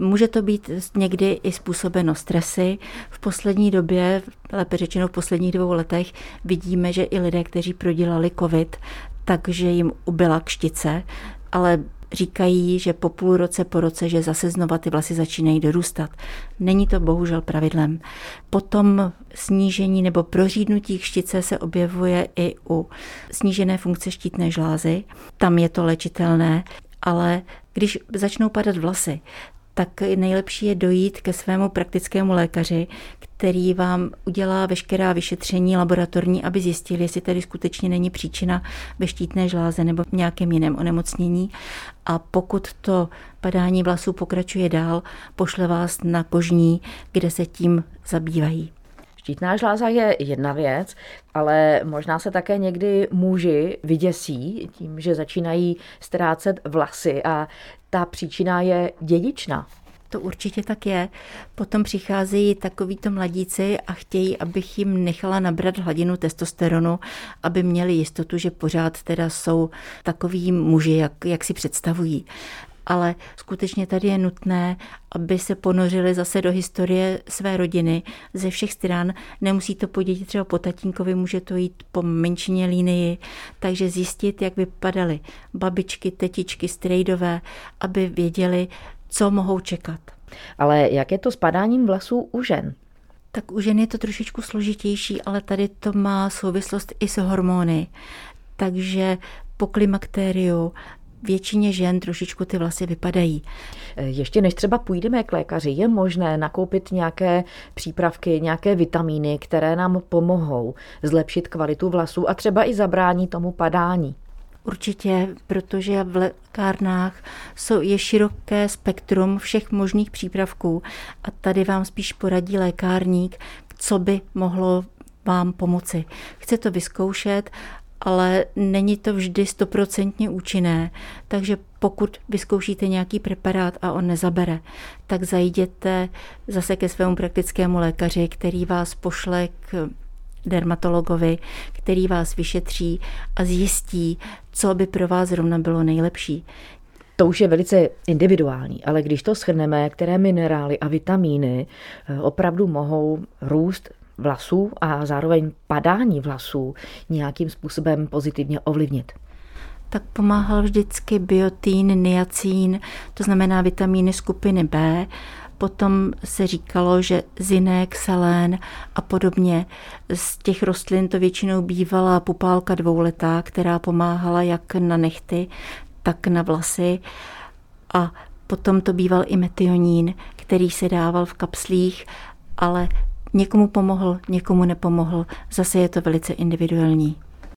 Může to být někdy i způsobeno stresy. V poslední době, lépe řečeno v posledních 2 letech, vidíme, že i lidé, kteří prodělali covid, takže jim ubyla kštice, ale říkají, že po půl roce, po roce, že zase znova ty vlasy začínají dorůstat. Není to bohužel pravidlem. Potom snížení nebo prořídnutí kštice se objevuje i u snížené funkce štítné žlázy. Tam je to léčitelné, ale když začnou padat vlasy, tak nejlepší je dojít ke svému praktickému lékaři, který vám udělá veškerá vyšetření laboratorní, aby zjistil, jestli tady skutečně není příčina ve štítné žláze nebo v nějakém jiném onemocnění. A pokud to padání vlasů pokračuje dál, pošle vás na kožní, kde se tím zabývají. Štítná žláza je jedna věc, ale možná se také někdy muži vyděsí tím, že začínají ztrácet vlasy a ta příčina je dědičná. To určitě tak je. Potom přicházejí takovýto mladíci a chtějí, abych jim nechala nabrat hladinu testosteronu, aby měli jistotu, že pořád teda jsou takoví muži, jak si představují. Ale skutečně tady je nutné, aby se ponořili zase do historie své rodiny ze všech stran. Nemusí to po děti, třeba po tatínkovi, může to jít po menšině línii. Takže zjistit, jak vypadaly babičky, tetičky, strejdové, aby věděli, co mohou čekat. Ale jak je to s padáním vlasů u žen? Tak u žen je to trošičku složitější, ale tady to má souvislost i s hormony. Takže po klimakteriu většině žen trošičku ty vlasy vypadají. Ještě než třeba půjdeme k lékaři, je možné nakoupit nějaké přípravky, nějaké vitamíny, které nám pomohou zlepšit kvalitu vlasů a třeba i zabrání tomu padání? Určitě, protože v lékárnách je široké spektrum všech možných přípravků a tady vám spíš poradí lékárník, co by mohlo vám pomoci. Chce to vyzkoušet, ale není to vždy 100% účinné, takže pokud vyzkoušíte nějaký preparát a on nezabere, tak zajděte zase ke svému praktickému lékaři, který vás pošle k dermatologovi, který vás vyšetří a zjistí, co by pro vás zrovna bylo nejlepší. To už je velice individuální, ale když to shrneme, které minerály a vitamíny opravdu mohou růst vlasů a zároveň padání vlasů nějakým způsobem pozitivně ovlivnit. Tak pomáhal vždycky biotin, niacin, to znamená vitamíny skupiny B. Potom se říkalo, že zinek, selén a podobně. Z těch rostlin to většinou bývala pupálka 2letá, která pomáhala jak na nehty, tak na vlasy. A potom to býval i metionín, který se dával v kapslích, ale někomu pomohl, někomu nepomohl. Zase je to velice individuální.